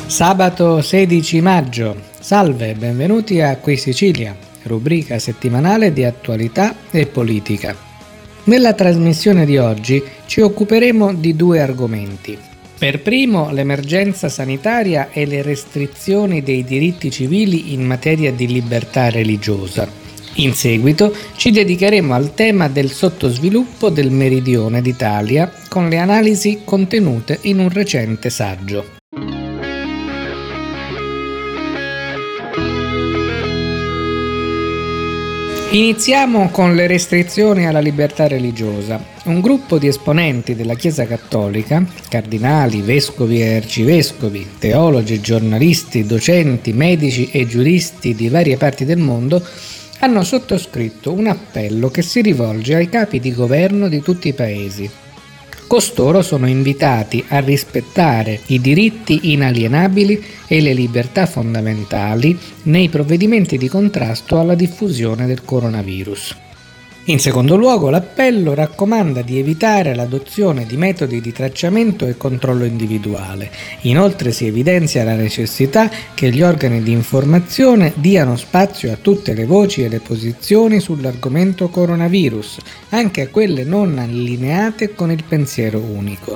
Sabato 16 maggio. Salve, benvenuti a Qui Sicilia, rubrica settimanale di attualità e politica. Nella trasmissione di oggi ci occuperemo di due argomenti. Per primo, l'emergenza sanitaria e le restrizioni dei diritti civili in materia di libertà religiosa. In seguito ci dedicheremo al tema del sottosviluppo del meridione d'Italia con le analisi contenute in un recente saggio. Iniziamo con le restrizioni alla libertà religiosa. Un gruppo di esponenti della Chiesa Cattolica, cardinali, vescovi e arcivescovi, teologi, giornalisti, docenti, medici e giuristi di varie parti del mondo, hanno sottoscritto un appello che si rivolge ai capi di governo di tutti i paesi. Costoro sono invitati a rispettare i diritti inalienabili e le libertà fondamentali nei provvedimenti di contrasto alla diffusione del coronavirus. In secondo luogo, l'appello raccomanda di evitare l'adozione di metodi di tracciamento e controllo individuale. Inoltre si evidenzia la necessità che gli organi di informazione diano spazio a tutte le voci e le posizioni sull'argomento coronavirus, anche a quelle non allineate con il pensiero unico.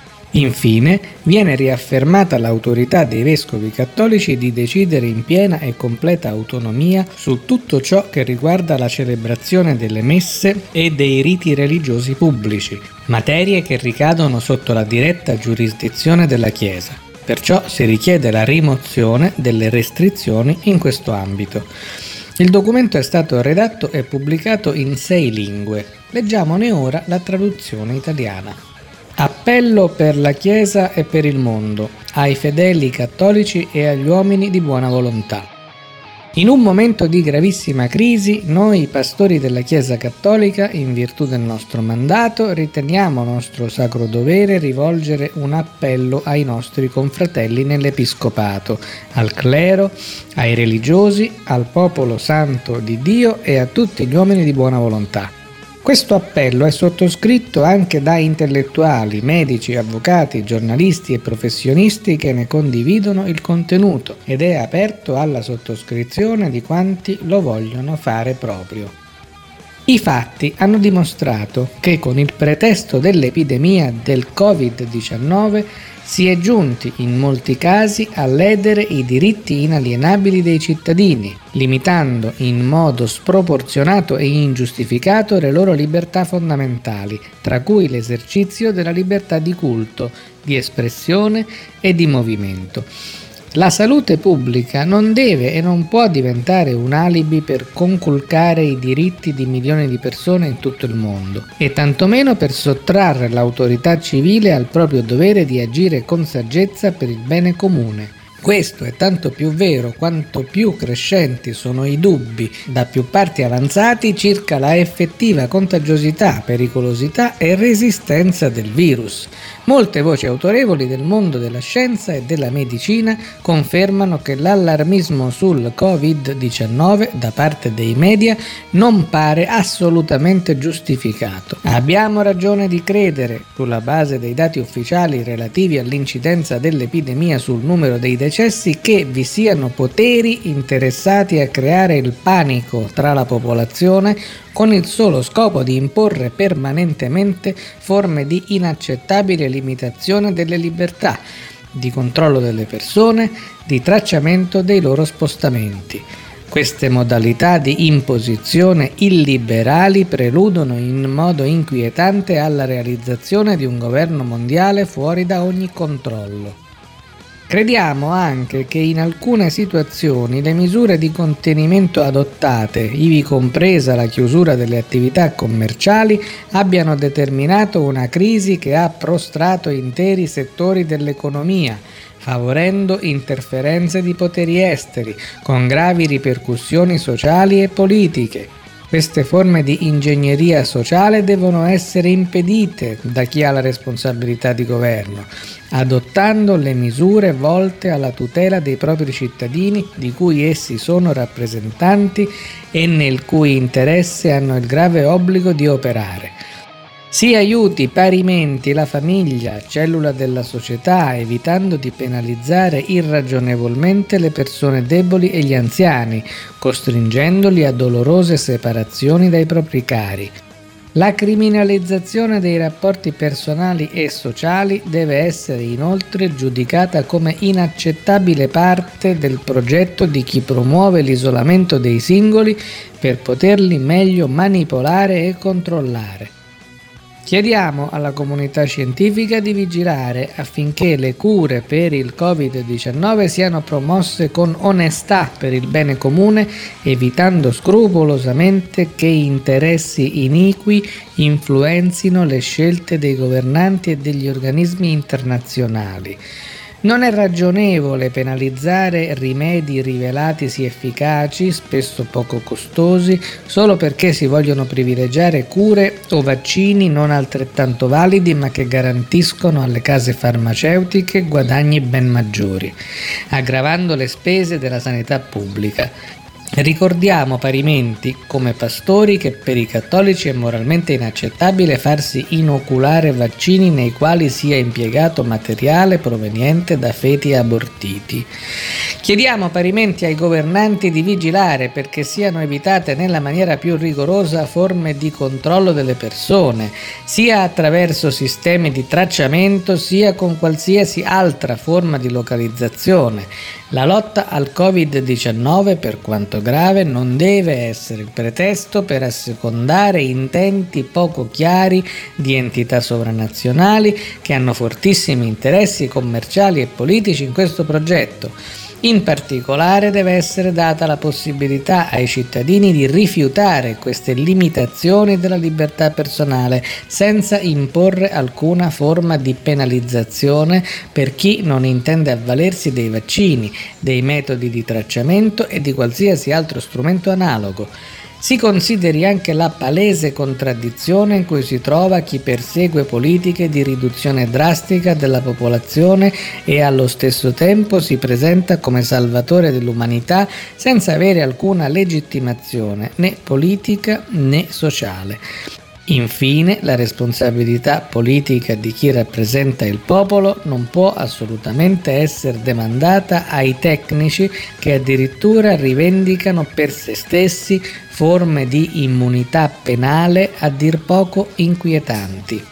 Infine, viene riaffermata l'autorità dei vescovi cattolici di decidere in piena e completa autonomia su tutto ciò che riguarda la celebrazione delle messe e dei riti religiosi pubblici, materie che ricadono sotto la diretta giurisdizione della Chiesa. Perciò si richiede la rimozione delle restrizioni in questo ambito. Il documento è stato redatto e pubblicato in 6 lingue. Leggiamone ora la traduzione italiana. Appello per la Chiesa e per il mondo, ai fedeli cattolici e agli uomini di buona volontà. In un momento di gravissima crisi, noi pastori della Chiesa Cattolica, in virtù del nostro mandato, riteniamo nostro sacro dovere rivolgere un appello ai nostri confratelli nell'Episcopato, al clero, ai religiosi, al popolo santo di Dio e a tutti gli uomini di buona volontà. Questo appello è sottoscritto anche da intellettuali, medici, avvocati, giornalisti e professionisti che ne condividono il contenuto ed è aperto alla sottoscrizione di quanti lo vogliono fare proprio. I fatti hanno dimostrato che con il pretesto dell'epidemia del Covid-19 si è giunti in molti casi a ledere i diritti inalienabili dei cittadini, limitando in modo sproporzionato e ingiustificato le loro libertà fondamentali, tra cui l'esercizio della libertà di culto, di espressione e di movimento. La salute pubblica non deve e non può diventare un alibi per conculcare i diritti di milioni di persone in tutto il mondo e tantomeno per sottrarre l'autorità civile al proprio dovere di agire con saggezza per il bene comune. Questo è tanto più vero quanto più crescenti sono i dubbi da più parti avanzati circa la effettiva contagiosità, pericolosità e resistenza del virus. Molte voci autorevoli del mondo della scienza e della medicina confermano che l'allarmismo sul Covid-19 da parte dei media non pare assolutamente giustificato. Abbiamo ragione di credere, sulla base dei dati ufficiali relativi all'incidenza dell'epidemia sul numero dei decessi, che vi siano poteri interessati a creare il panico tra la popolazione con il solo scopo di imporre permanentemente forme di inaccettabile limitazione delle libertà, di controllo delle persone, di tracciamento dei loro spostamenti. Queste modalità di imposizione illiberali preludono in modo inquietante alla realizzazione di un governo mondiale fuori da ogni controllo. Crediamo anche che in alcune situazioni le misure di contenimento adottate, ivi compresa la chiusura delle attività commerciali, abbiano determinato una crisi che ha prostrato interi settori dell'economia, favorendo interferenze di poteri esteri, con gravi ripercussioni sociali e politiche. Queste forme di ingegneria sociale devono essere impedite da chi ha la responsabilità di governo, adottando le misure volte alla tutela dei propri cittadini di cui essi sono rappresentanti e nel cui interesse hanno il grave obbligo di operare. Si aiuti parimenti la famiglia, cellula della società, evitando di penalizzare irragionevolmente le persone deboli e gli anziani, costringendoli a dolorose separazioni dai propri cari. La criminalizzazione dei rapporti personali e sociali deve essere inoltre giudicata come inaccettabile parte del progetto di chi promuove l'isolamento dei singoli per poterli meglio manipolare e controllare. Chiediamo alla comunità scientifica di vigilare affinché le cure per il Covid-19 siano promosse con onestà per il bene comune, evitando scrupolosamente che interessi iniqui influenzino le scelte dei governanti e degli organismi internazionali. Non è ragionevole penalizzare rimedi rivelatisi efficaci, spesso poco costosi, solo perché si vogliono privilegiare cure o vaccini non altrettanto validi ma che garantiscono alle case farmaceutiche guadagni ben maggiori, aggravando le spese della sanità pubblica. Ricordiamo parimenti, come pastori, che per i cattolici è moralmente inaccettabile farsi inoculare vaccini nei quali sia impiegato materiale proveniente da feti abortiti. Chiediamo parimenti ai governanti di vigilare perché siano evitate nella maniera più rigorosa forme di controllo delle persone, sia attraverso sistemi di tracciamento, sia con qualsiasi altra forma di localizzazione. La lotta al Covid-19, per quanto grave, non deve essere il pretesto per assecondare intenti poco chiari di entità sovranazionali che hanno fortissimi interessi commerciali e politici in questo progetto. In particolare deve essere data la possibilità ai cittadini di rifiutare queste limitazioni della libertà personale senza imporre alcuna forma di penalizzazione per chi non intende avvalersi dei vaccini, dei metodi di tracciamento e di qualsiasi altro strumento analogo. Si consideri anche la palese contraddizione in cui si trova chi persegue politiche di riduzione drastica della popolazione e allo stesso tempo si presenta come salvatore dell'umanità senza avere alcuna legittimazione né politica né sociale. Infine, la responsabilità politica di chi rappresenta il popolo non può assolutamente essere demandata ai tecnici che addirittura rivendicano per se stessi forme di immunità penale a dir poco inquietanti.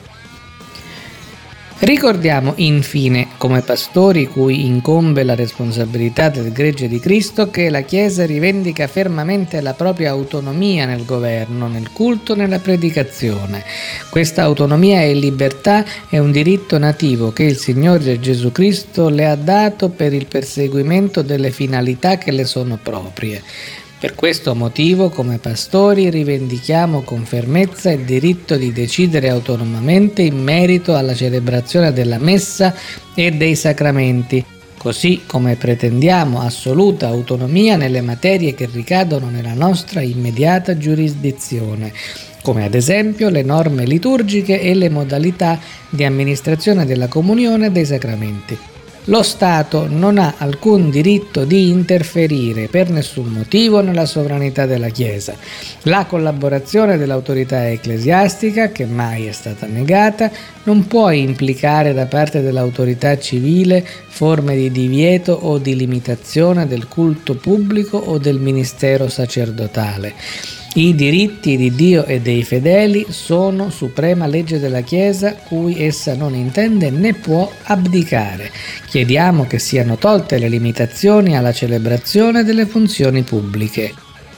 Ricordiamo infine, come pastori cui incombe la responsabilità del gregge di Cristo, che la Chiesa rivendica fermamente la propria autonomia nel governo, nel culto, nella predicazione. Questa autonomia e libertà è un diritto nativo che il Signore Gesù Cristo le ha dato per il perseguimento delle finalità che le sono proprie. Per questo motivo, come pastori, rivendichiamo con fermezza il diritto di decidere autonomamente in merito alla celebrazione della Messa e dei sacramenti, così come pretendiamo assoluta autonomia nelle materie che ricadono nella nostra immediata giurisdizione, come ad esempio le norme liturgiche e le modalità di amministrazione della comunione e dei sacramenti. Lo Stato non ha alcun diritto di interferire per nessun motivo nella sovranità della Chiesa. La collaborazione dell'autorità ecclesiastica, che mai è stata negata, non può implicare da parte dell'autorità civile forme di divieto o di limitazione del culto pubblico o del ministero sacerdotale. I diritti di Dio e dei fedeli sono suprema legge della Chiesa cui essa non intende né può abdicare. Chiediamo che siano tolte le limitazioni alla celebrazione delle funzioni pubbliche.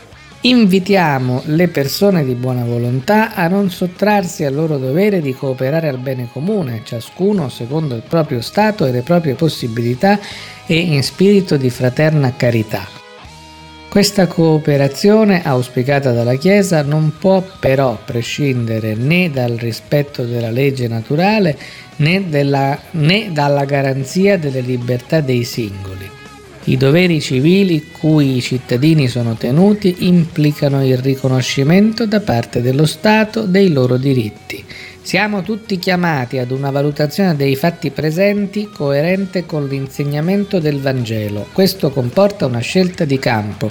Invitiamo le persone di buona volontà a non sottrarsi al loro dovere di cooperare al bene comune, ciascuno secondo il proprio stato e le proprie possibilità e in spirito di fraterna carità. Questa cooperazione auspicata dalla Chiesa non può però prescindere né dal rispetto della legge naturale né dalla garanzia delle libertà dei singoli. I doveri civili cui i cittadini sono tenuti implicano il riconoscimento da parte dello Stato dei loro diritti. Siamo tutti chiamati ad una valutazione dei fatti presenti coerente con l'insegnamento del Vangelo. Questo comporta una scelta di campo,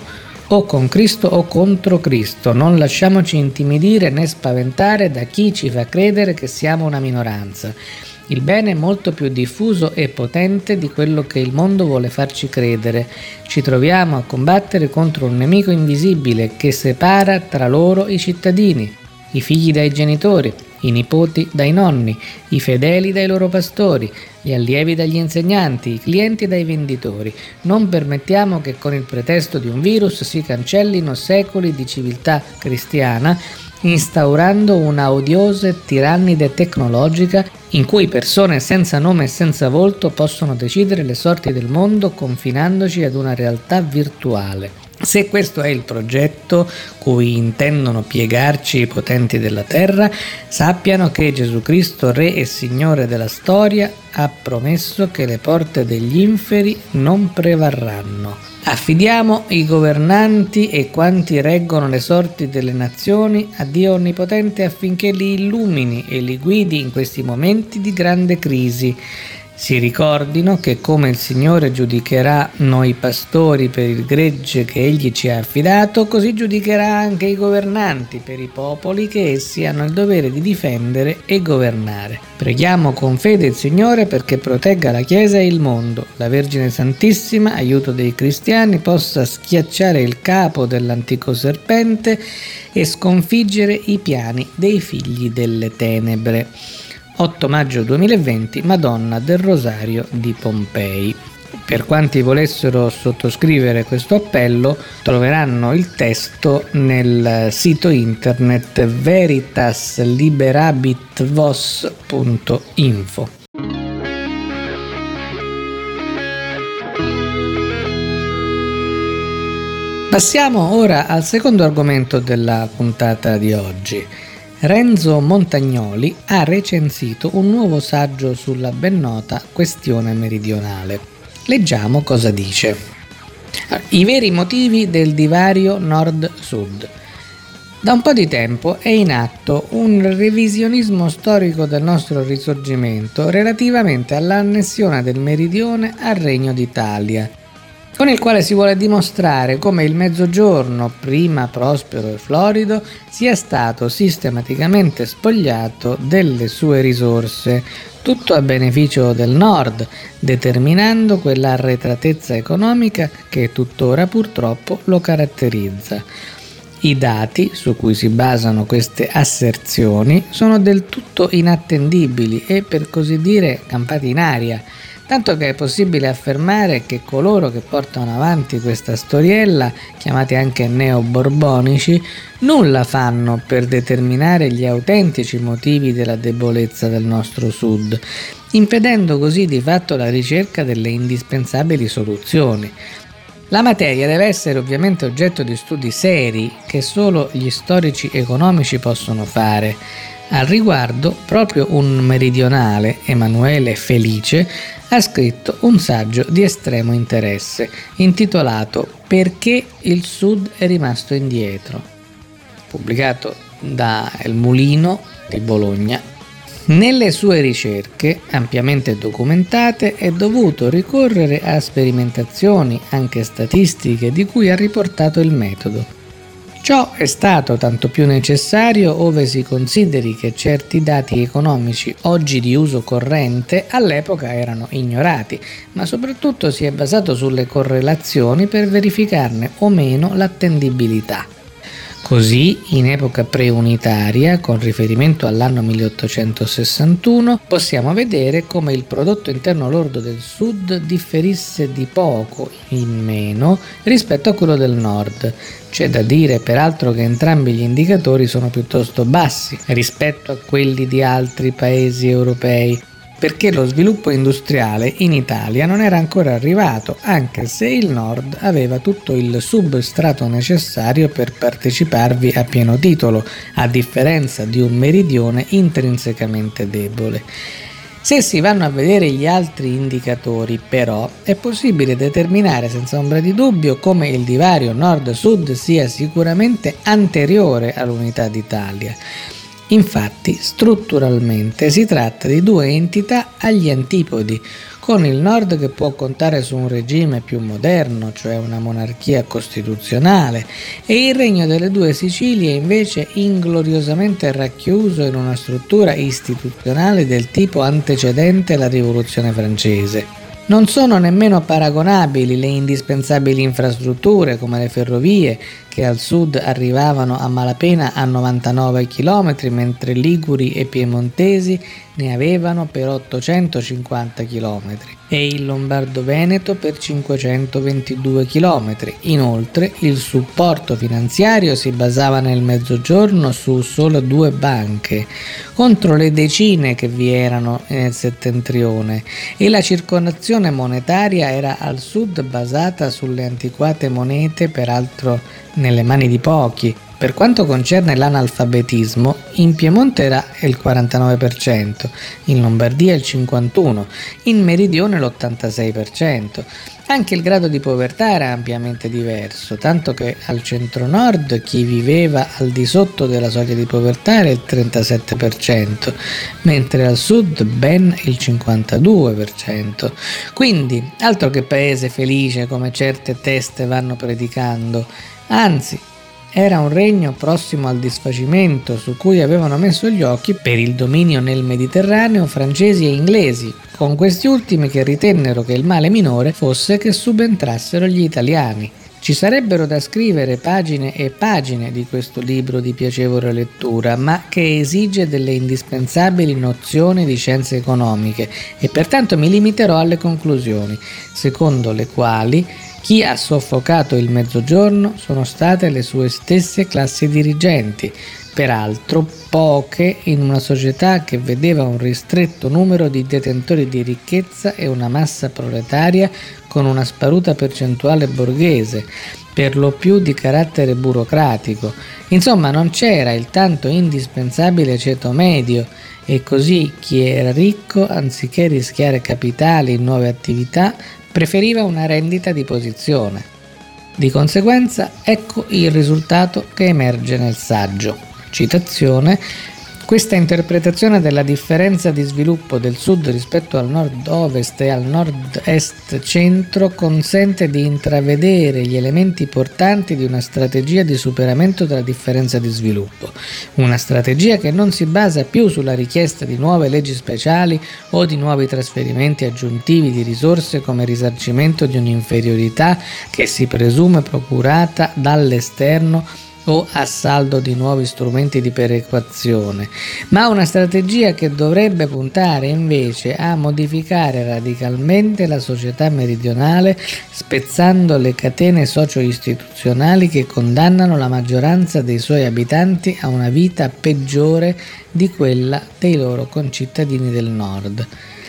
o con Cristo o contro Cristo. Non lasciamoci intimidire né spaventare da chi ci fa credere che siamo una minoranza. Il bene è molto più diffuso e potente di quello che il mondo vuole farci credere. Ci troviamo a combattere contro un nemico invisibile che separa tra loro i cittadini, i figli dai genitori, i nipoti dai nonni, i fedeli dai loro pastori, gli allievi dagli insegnanti, i clienti dai venditori. Non permettiamo che con il pretesto di un virus si cancellino secoli di civiltà cristiana, instaurando una odiosa e tirannide tecnologica in cui persone senza nome e senza volto possono decidere le sorti del mondo confinandoci ad una realtà virtuale. Se questo è il progetto cui intendono piegarci i potenti della terra, sappiano che Gesù Cristo, Re e Signore della storia, ha promesso che le porte degli inferi non prevarranno. Affidiamo i governanti e quanti reggono le sorti delle nazioni a Dio Onnipotente affinché li illumini e li guidi in questi momenti di grande crisi. Si ricordino che come il Signore giudicherà noi pastori per il gregge che Egli ci ha affidato, così giudicherà anche i governanti per i popoli che essi hanno il dovere di difendere e governare. Preghiamo con fede il Signore perché protegga la Chiesa e il mondo. La Vergine Santissima, aiuto dei cristiani, possa schiacciare il capo dell'antico serpente e sconfiggere i piani dei figli delle tenebre. 8 maggio 2020, Madonna del Rosario di Pompei. Per quanti volessero sottoscrivere questo appello, troveranno il testo nel sito internet veritasliberabitvos.info. Passiamo ora al secondo argomento della puntata di oggi. Renzo Montagnoli ha recensito un nuovo saggio sulla ben nota questione meridionale. Leggiamo cosa dice. I veri motivi del divario nord-sud. Da un po' di tempo è in atto un revisionismo storico del nostro risorgimento relativamente all'annessione del meridione al Regno d'Italia, con il quale si vuole dimostrare come il Mezzogiorno, prima prospero e florido, sia stato sistematicamente spogliato delle sue risorse, tutto a beneficio del Nord, determinando quell'arretratezza economica che tuttora purtroppo lo caratterizza. I dati su cui si basano queste asserzioni sono del tutto inattendibili e, per così dire, campati in aria, tanto che è possibile affermare che coloro che portano avanti questa storiella, chiamati anche neoborbonici, nulla fanno per determinare gli autentici motivi della debolezza del nostro Sud, impedendo così di fatto la ricerca delle indispensabili soluzioni. La materia deve essere ovviamente oggetto di studi seri che solo gli storici economici possono fare. Al riguardo, proprio un meridionale, Emanuele Felice, ha scritto un saggio di estremo interesse, intitolato Perché il Sud è rimasto indietro, pubblicato da El Mulino di Bologna. Nelle sue ricerche, ampiamente documentate, è dovuto ricorrere a sperimentazioni, anche statistiche, di cui ha riportato il metodo. Ciò è stato tanto più necessario ove si consideri che certi dati economici oggi di uso corrente all'epoca erano ignorati, ma soprattutto si è basato sulle correlazioni per verificarne o meno l'attendibilità. Così, in epoca preunitaria, con riferimento all'anno 1861, possiamo vedere come il prodotto interno lordo del Sud differisse di poco in meno rispetto a quello del Nord. C'è da dire peraltro che entrambi gli indicatori sono piuttosto bassi rispetto a quelli di altri paesi europei, perché lo sviluppo industriale in Italia non era ancora arrivato, anche se il Nord aveva tutto il substrato necessario per parteciparvi a pieno titolo, a differenza di un meridione intrinsecamente debole. Se si vanno a vedere gli altri indicatori, però, è possibile determinare senza ombra di dubbio come il divario nord-sud sia sicuramente anteriore all'unità d'Italia. Infatti, strutturalmente si tratta di due entità agli antipodi, con il nord che può contare su un regime più moderno, cioè una monarchia costituzionale, e il regno delle due Sicilie invece ingloriosamente racchiuso in una struttura istituzionale del tipo antecedente alla Rivoluzione francese. Non sono nemmeno paragonabili le indispensabili infrastrutture come le ferrovie, che al sud arrivavano a malapena a 99 km, mentre liguri e piemontesi ne avevano per 850 km e il lombardo-veneto per 522 km. Inoltre, il supporto finanziario si basava nel mezzogiorno su solo 2 banche, contro le decine che vi erano nel settentrione, e la circolazione monetaria era al sud basata sulle antiquate monete, peraltro nelle mani di pochi. Per quanto concerne l'analfabetismo, in Piemonte era il 49%, in Lombardia il 51%, in Meridione l'86%. Anche il grado di povertà era ampiamente diverso, tanto che al centro-nord chi viveva al di sotto della soglia di povertà era il 37%, mentre al sud ben il 52%. Quindi, altro che paese felice come certe teste vanno predicando, anzi, era un regno prossimo al disfacimento su cui avevano messo gli occhi per il dominio nel Mediterraneo francesi e inglesi, con questi ultimi che ritennero che il male minore fosse che subentrassero gli italiani. Ci sarebbero da scrivere pagine e pagine di questo libro di piacevole lettura, ma che esige delle indispensabili nozioni di scienze economiche e pertanto mi limiterò alle conclusioni, secondo le quali chi ha soffocato il mezzogiorno sono state le sue stesse classi dirigenti, peraltro poche in una società che vedeva un ristretto numero di detentori di ricchezza e una massa proletaria con una sparuta percentuale borghese, per lo più di carattere burocratico. Insomma, non c'era il tanto indispensabile ceto medio, e così chi era ricco, anziché rischiare capitali in nuove attività, preferiva una rendita di posizione. Di conseguenza, ecco il risultato che emerge nel saggio. Citazione: questa interpretazione della differenza di sviluppo del sud rispetto al nord-ovest e al nord-est-centro consente di intravedere gli elementi portanti di una strategia di superamento della differenza di sviluppo, una strategia che non si basa più sulla richiesta di nuove leggi speciali o di nuovi trasferimenti aggiuntivi di risorse come risarcimento di un'inferiorità che si presume procurata dall'esterno o a saldo di nuovi strumenti di perequazione, ma una strategia che dovrebbe puntare invece a modificare radicalmente la società meridionale, spezzando le catene socio-istituzionali che condannano la maggioranza dei suoi abitanti a una vita peggiore di quella dei loro concittadini del nord.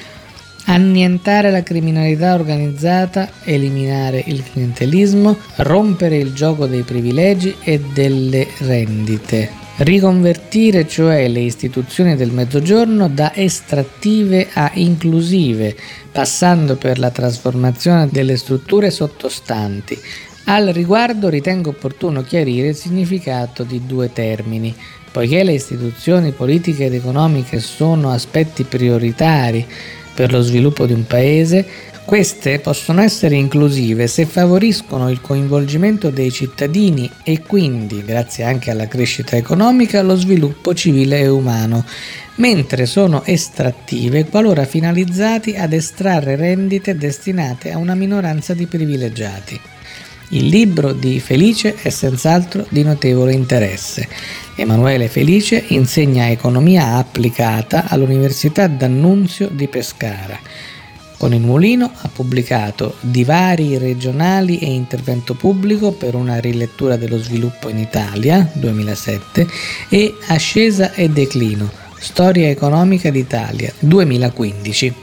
Annientare la criminalità organizzata, eliminare il clientelismo, rompere il gioco dei privilegi e delle rendite. Riconvertire cioè le istituzioni del Mezzogiorno da estrattive a inclusive, passando per la trasformazione delle strutture sottostanti. Al riguardo ritengo opportuno chiarire il significato di 2 termini. Poiché le istituzioni politiche ed economiche sono aspetti prioritari per lo sviluppo di un paese, queste possono essere inclusive se favoriscono il coinvolgimento dei cittadini e quindi, grazie anche alla crescita economica, lo sviluppo civile e umano, mentre sono estrattive qualora finalizzati ad estrarre rendite destinate a una minoranza di privilegiati. Il libro di Felice è senz'altro di notevole interesse. Emanuele Felice insegna economia applicata all'Università D'Annunzio di Pescara. Con il Mulino ha pubblicato Divari regionali e intervento pubblico per una rilettura dello sviluppo in Italia, 2007, e Ascesa e declino, storia economica d'Italia, 2015.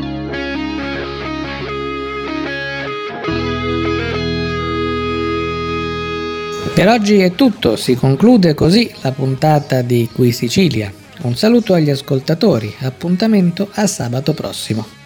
Per oggi è tutto, si conclude così la puntata di Qui Sicilia. Un saluto agli ascoltatori, appuntamento a sabato prossimo.